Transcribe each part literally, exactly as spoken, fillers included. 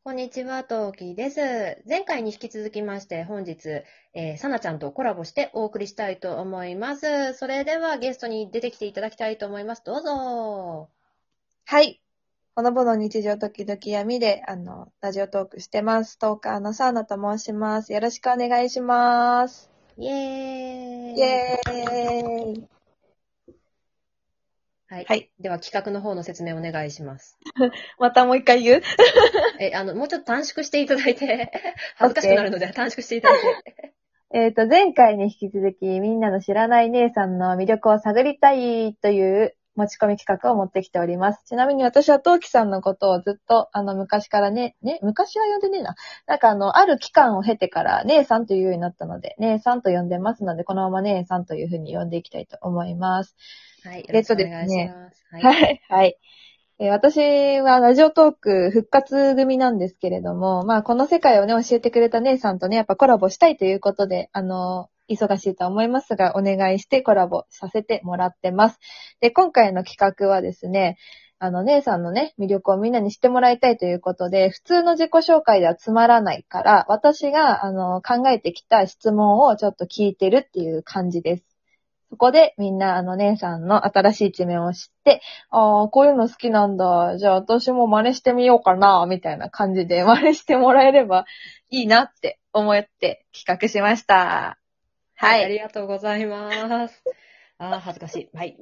こんにちは、トウキです。前回に引き続きまして、本日、えー、さなちゃんとコラボしてお送りしたいと思います。それではゲストに出てきていただきたいと思います。どうぞ。 はい。ほのぼの日常時々闇で、あの、ラジオトークしてます。トーカーのサーナと申します。よろしくお願いします。 イエーイ。 イェーイ。 はい。 はい。 では企画の方の説明お願いします。 またもう一回言うえ、あの、もうちょっと短縮していただいて、恥ずかしくな ?OK。 るので短縮していただいて。 えっと、前回に引き続き、みんなの知らない姉さんの魅力を探りたいという持ち込み企画を持ってきております。ちなみに私はトウキさんのことをずっと、あの、昔からね、ね、昔は呼んでねえな。なんかあの、ある期間を経てから姉さんというようになったので、姉さんと呼んでますので、このまま姉さんというふうに呼んでいきたいと思います。 はい。よえっとろしくお願いしですね。 ます。はい。 はい、はい。えー私はラジオトーク復活組なんですけれども、まあこの世界をね、教えてくれた姉さんとね、やっぱコラボしたいということで、あの、忙しいとは思いますが、お願いしてコラボさせてもらってます。で、今回の企画はですね、あの、姉さんのね、魅力をみんなに知ってもらいたいということで、普通の自己紹介ではつまらないから、私が、あの、考えてきた質問をちょっと聞いてるっていう感じです。そこでみんなあの姉さんの新しい一面を知って、ああ、こういうの好きなんだ。じゃあ私も真似してみようかな、みたいな感じで真似してもらえればいいなって思って企画しました。 はい、 はい。 ありがとうございます。あー、恥ずかしい。はい。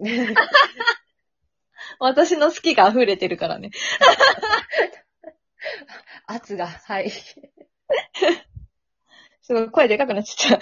私の好きが溢れてるからね。 圧が、はい。 すごい声でかくなっちゃった。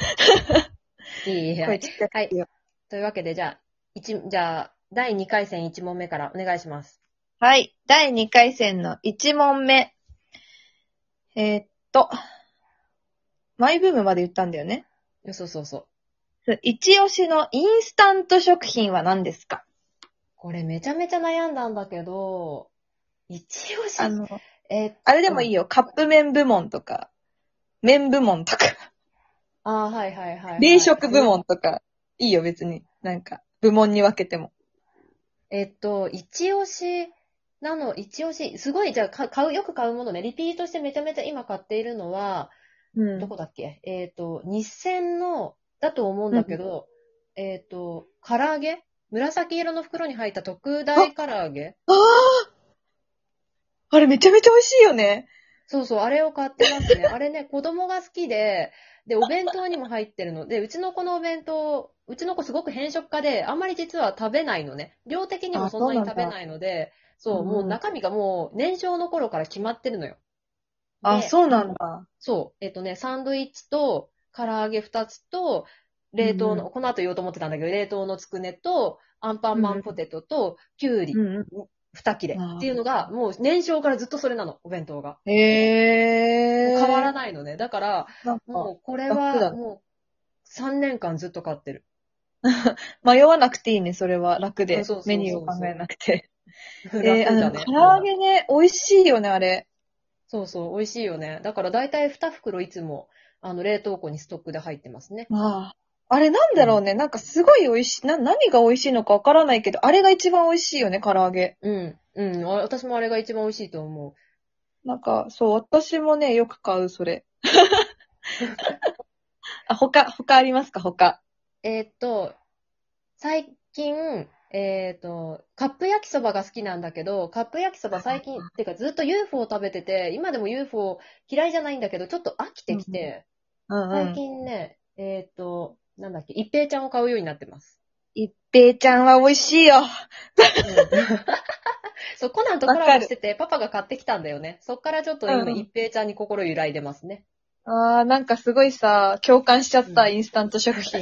いい、はい。 声ちっちゃはい。 くよ。 というわけで、じゃあ、一、じゃあ、だいにかい戦いち問目からお願いします。 はい。だいにかい戦のいち問目。えーっと、マイブームまで言ったんだよね。 そうそうそう。 一押しのインスタント食品は何ですか？ これめちゃめちゃ悩んだんだけど、一押し、 あの、 えーあれでうん。 もいいよ。カップ麺部門とか、麺部門とか、 ああ、はいはいはい冷はい。 食部門とか、いいよ別に。なんか、部門に分けても。 えっと、一押しなの、一押し、すごい、じゃあ、か買う、よく買うものね、リピートしてめちゃめちゃ今買っているのは、 うん。 どこだっけえっと、日清の、だと思うんうん。 だけど、えっと、唐揚げ紫色の袋に入った特あ、 大唐揚げああ、あれめちゃめちゃ美味しいよね。 そうそう、あれを買ってますね。あれね、子供が好きで、で、お弁当にも入ってるので、うちの子のお弁当、うちの子すごく偏食家で、あんまり実は食べないのね。量的にもあ、 そんそうなんだ。 なに食べないので、そう、もううんうん。 中身がもう年少の頃から決まってるのよ。 あ、 で、 そうなんだ。 そう、えっとね、サンドイッチと、唐揚げふたつと、冷凍の、 うんうん。 この後言おうと思ってたんだけど、冷凍のつくねと、アンパンうんうん。 マンポテトと、きゅうり、 うんうに切れん。あっていうのが、もう年少からずっとそれなの、お弁当が。 ーへもう変わらえ。 ないのね。だから、 なんか、 もうこれは、 楽だね。 もうさんねんかんずっと買ってる。 迷わなくていいね、それは。楽うん、 で。 そうそうメニューを考えそうそなくて。 う。 えー、あの、 楽だね。 唐うん。 揚げね、美味しいよね、あれ。 そうそう、美味しいよね。だから大体に袋いつも、あの、冷凍庫にストックで入ってますね。 まあ。あれなんうん。 だろうね。なんかすごい美味しい。な、何が美味しいのかわからないけど、あれが一番美味しいよね、唐揚げ。 うん。うん。あ私もあれが一番美味しいと思なんか、そう、私もね、よく買う、それ。あ、他、他ありますか、他。 う。えーっと、最近、えーっと、カップ焼きそばが好きなんだけど、カップ焼きそば最近、てかずっと ユーフォー 食べてて、今でも ユーフォー 嫌いじゃないんだけど、ちょっと飽きてうんきて、 うん。うん最うん。 近ね、えっと、なんだっけ、一平ちゃんを買うようになってます。 一平ちゃんは美味しいよ。 うん。そう、コナンとコラわかる。 ボしてて、パパが買ってきたんだよね。そっからちょっと今、 うんうん。 一平ちゃんに心揺らいでますね。 あー、なんかすごいさ、共感しちゃった、 うん。 インスタント食品。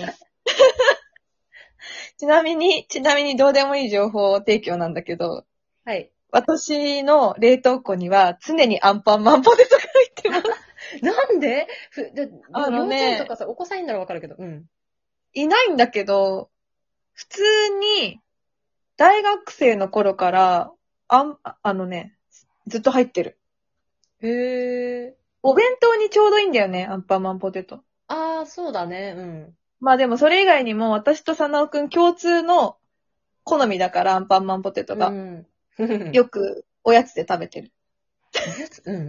ちなみに、ちなみにどうでもいい情報提供なんだけど、 はい。 私の冷凍庫には常にアンパンマンポテトが入ってます。 なんでふでであも幼稚園とのね、 かさ、お子さんいるならわかるけど。うん。 いないんだけど、普通に大学生の頃から、あん、ああのね、ずっと入ってる。 へえ。 お弁当にちょうどいいんだよね、アンパンマンポテト。 ああ、そうだね。うん。 まあでもそれ以外にも私とサナオくん共通の好みだから、アンパンマンポテトうが。 ん。 よくおやつで食べてる。 おやつうん。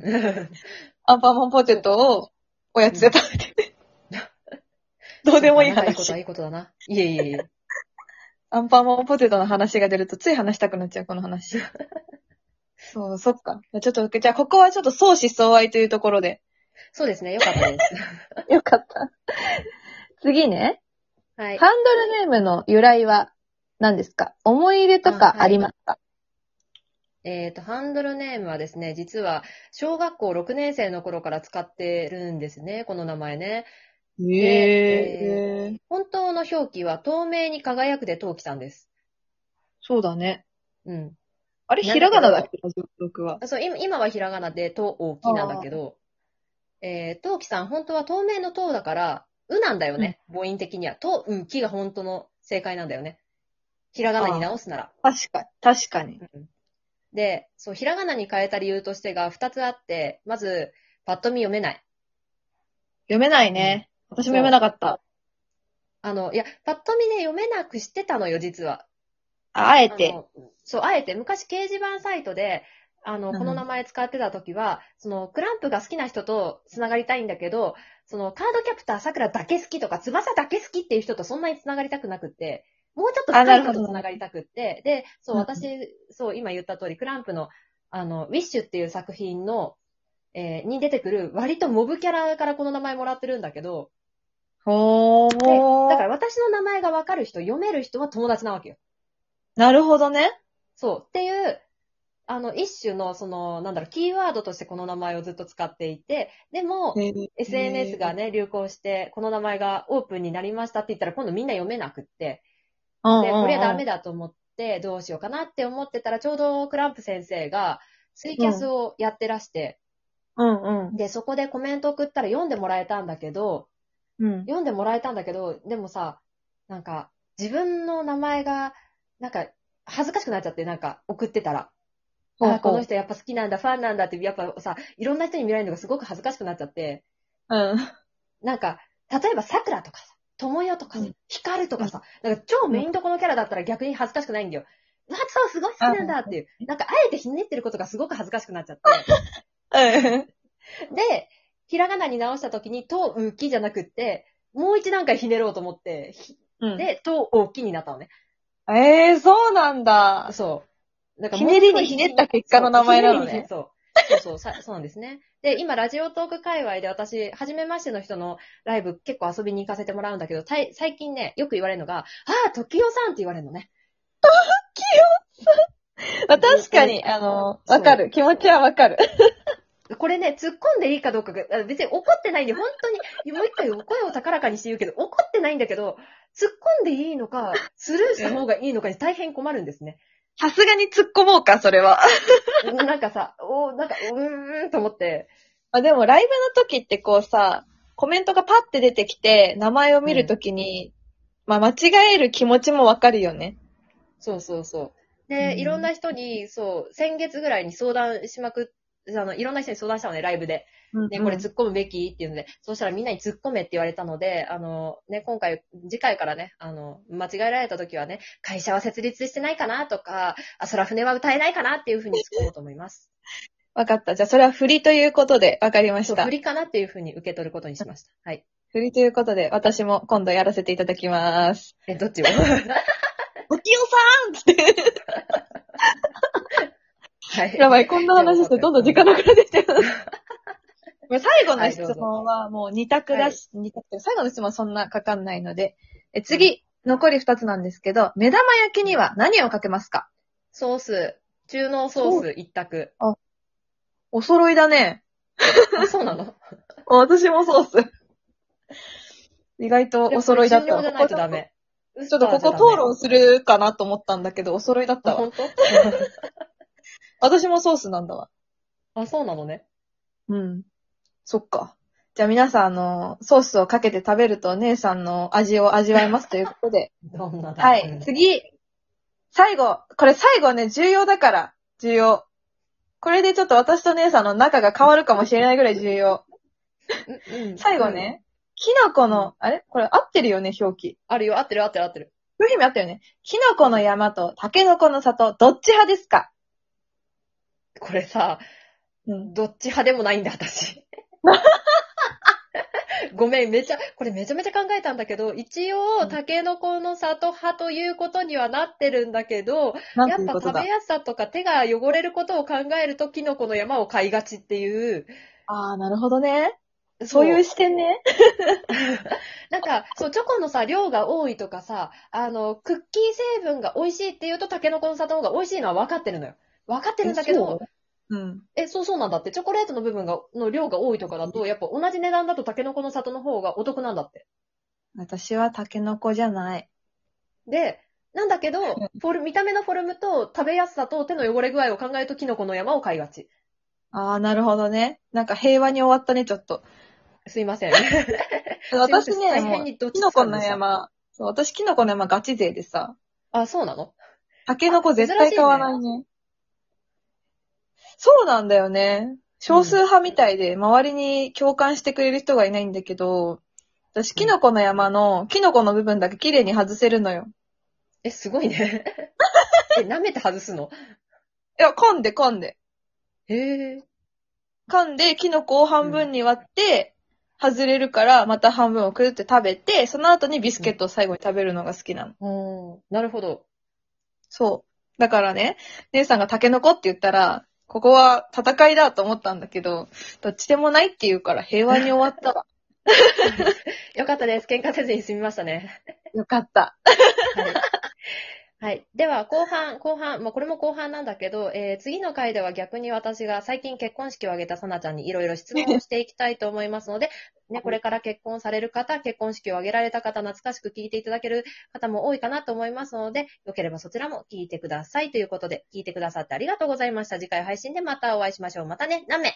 アンパンマンポテトをおやつで食べてて。どうでもいい仲いいことはい話。 いことだな。いえいえいえ。 アンパンマンポテトの話が出るとつい話したくなっちゃう、この話。そう、そっか。ちょっと、じゃあここはちょっと相思相愛というところで。 そうですね。よかったです。 よかった。次ね。 はい。 ハンドルネームの由来は何ですか？思い入れとあ、 かあはい。 りますか？ えっと、ハンドルネームはですね、実は、小学校ろくねん生の頃から使ってるんですね、この名前ね。で、えーへえ。 本当の表記は透明に輝くで陶器さんです。 そうだね。 うん。 あれ、 なんひらがなだっだけど、 けラジオトークは。 あそう、今今はひらがなで、と大きなんだああ。 けど、えー、陶器さん、本当は透明の塔だから、うなんだようん。 ね。母音的には。と、うん、きが本当の正解なんだよね。ひらがなにああ。 直すなら。 確かに。確かに。 うん、で、そう、ひらがなに変えた理由としてがふたつあって、まず、パッと見読めない。 読めないうん。 ね。私も読めなそう。 かった。 あの、いや、パッと見ね、読めなくしてたのよ、実は。 あ、あえて。 あの、そう、あえて、昔掲示板サイトで、あの、この名うん。 前使ってた時は、その、クランプが好きな人と繋がりたいんだけど、その、カードキャプターさくらだけ好きとか、翼だけ好きっていう人とそんなに繋がりたくなくって、もうちょっとあ、 深いなるほど、 人と繋がりなるほど。 たくって、で、そう、 うん。 私、そう、今言った通り、クランプの、あの、ウィッシュっていう作品の、えーに出てくる、割とモブキャラからこの名前もらってるんだけど、 ほで、だかー。 ら私の名前がわかる人、読める人は友達なわけよ。 なるほどね。 そう。っていう、あの、一種の、その、なんだろう、キーワードとしてこの名前をずっと使っていて、でも、 へエスエヌエス がえ。 ね、流行して、この名前がオープンになりましたって言ったら、今度みんな読めなくって、 うんうで、これはダんメだと思って、どうしようかなって思ってたら、ちょうどクランプ先生が、ツイキャスうん。 をやってらして、 うんうん。 で、そこでコメント送ったら読んでもらえたんだけど、 うん。 読んでもらえたんだけど、でもさ、なんか、自分の名前が、なんか、恥ずかしくなっちゃって、なんか、送ってたら。あ、このほうほ人やっぱ好きなんだ、ファンなんだって、やっぱさ、いろんな人に見られるのがすごく恥ずかしくなっちゃって、 う。うん。 なんか、例えば桜とかさ、友よとかさ、 うん。 光とうん。 かさ、なんか超うん。 メインどこのキャラだったら逆に恥ずかしくないんだよ。あ、そう、すごい好きあ、 なんだっていう。なんか、あえてひねってることがすごく恥ずかしくなっちゃって。 うん。 で、ひらがなに直した時に、と、うきじゃなくって、もう一段階ひねろうと思って、 うん。 で、と、大きになったのね。 ええー、そうなんだ。 そう。なんかひねものすごりにひねっい必死に、 た結果のそう、 名ひねりにひね、 前なのね。 そう。そうそう、さそうなんですね。で、今、ラジオトーク界隈で私、初めましての人のライブ結構遊びに行かせてもらうんだけど、たい最近ね、よく言われるのが、ああ、時代さんって言われるのね。 まあ、 もう、これ、 確かに、あの、わかそる。気持ちはわかる。 う。これね、突っ込んでいいかどうかが、あ別に怒ってないんで、本当に、もう一回声を高らかにして言うけど、怒ってないんだけど、突っ込んでいいのか、スルーした方がいいのかに大変困るんですね。 さすがに突っ込もうか、それは。 なんかさ、おなんか、うーんと思って、 まあ、でも、ライブの時ってこうさ、コメントがパッて出てきて、名前を見るうん。 ときに、まあ、間違える気持ちもわかるよね。 そうそうそう。 うで、いろんん。 な人に、そう、先月ぐらいに相談しまくっ、あの、いろんな人に相談したのね、ライブで。ね、これうんうん。 突っ込むべきっていうので、そうしたらみんなに突っ込めって言われたので、あの、ね、今回、次回からね、あの、間違えられた時はね、会社は設立してないかなとか、あ、空船は歌えないかなっていうふうに突っ込もうと思います。 わかった。じゃあ、それは振りということで、わかりましそう、振た。 りかなっていうふうに受け取ることにしました。はい。 振りということで、私も今度やらせていただきます。 え、どっちをおきよさんつって。 はい。 やばい、こんなじゃあ分話してかったよ。うん。 どんどん時間なくなってきてる。最後はい、 の質どうぞ。 問はもう二択はい。 だし、二択って最後の質問はそんなかかんないので、えうん。 次、残り二つなんですけど、目玉焼きには何をかけますか？ ソース、中濃ソーそう。 ス一択。 あ、お揃いだね。 あ、そうなの？ 私もソース。意外とおでもこれ揃いだったわ。 中濃じゃないここちょっと、 とダメ。ウスターちょっとここじゃダメ。 討論するかなと思ったんだけど、お揃いだっあ、 たわ。 本当？ 私もソースなんだわ。 あ、そうなのね。 うん。そっか。じゃあ皆さん、あの、ソースをかけて食べると姉さんの味を味わえますということで。 どんなだ。 はい。 うん。 次。最後。これ最後ね、重要だから。重要。これでちょっと私と姉さんの仲が変わるかもしれないぐらい重要。 うん、うん、うん。 最後ね。キノコうん。 の、あれこれ合ってるよね、表記。 あるよ、合ってる合ってる合ってる。 表記も合ってるよね。キノコの山とタケノコの里、どっち派ですか？ これさ、 うん。 どっち派でもないんだ、私。ごめん、めちゃ、これめちゃめちゃ考えたんだけど、一応、 うんタケノコの里派ということにはなってるんだけど、 なんやっぱていうことだ。 食べやすさとか手が汚れることを考えると、キノコの山を買いがちっていう、 ああ、なるほどね。そういうそ視点ね。 う。なんか、そう、チョコのさ、量が多いとかさ、あの、クッキー成分が美味しいっていうと、タケノコの里の方が美味しいのは分かってるのよ。分かってるえ、 んだけど、 そううん。 え、そうそうなんだって。チョコレートの部分が、の量が多いとかだと、やっぱ同じ値段だとタケノコの里の方がお得なんだって。 私はタケノコじゃない。 で、なんだけど、フォル、見た目のフォルムと食べやすさと手の汚れ具合を考えるとキノコの山を買いがち。 ああ、なるほどね。なんか平和に終わったね、ちょっと。 すいません。すいません。 私ね、 大もう、 変にどっちキノコつかずでした。 の山、そう、私キノコの山ガチ勢でさ、 あ、そうなの？ タケノあ、珍コ絶対買わしいね。 ないね。そうなんだよね。少数うん。 派みたいで、周りに共感してくれる人がいないんだけど、私、 うん。 キノコの山の、キノコの部分だけ綺麗に外せるのよ。 え、すごいね。え、舐めて外すの？ いや、噛んで噛んで。 へえ。 噛んで、キノコを半うん。 分に割って、外れるから、また半分をくるって食べて、その後にビスうん。 ケットを最後に食べるのが好きなの。 おー、なるほど。 そう。だからね、姉さんがタケノコって言ったら、ここは戦いだと思ったんだけど、どっちでもないって言うから平和に終わったわ。 よかったです。喧嘩せずに済みましたね。 よかった。 はい。はい。では、後半、後半、まあ、これも後半なんだけど、えー次の回では逆に私が最近結婚式を挙げたさなちゃんにいろいろ質問をしていきたいと思いますので、ね、これから結婚される方、結婚式を挙げられた方、懐かしく聞いていただける方も多いかなと思いますので、よければそちらも聞いてくださいということで、聞いてくださってありがとうございました。次回配信でまたお会いしましょう。またね、何名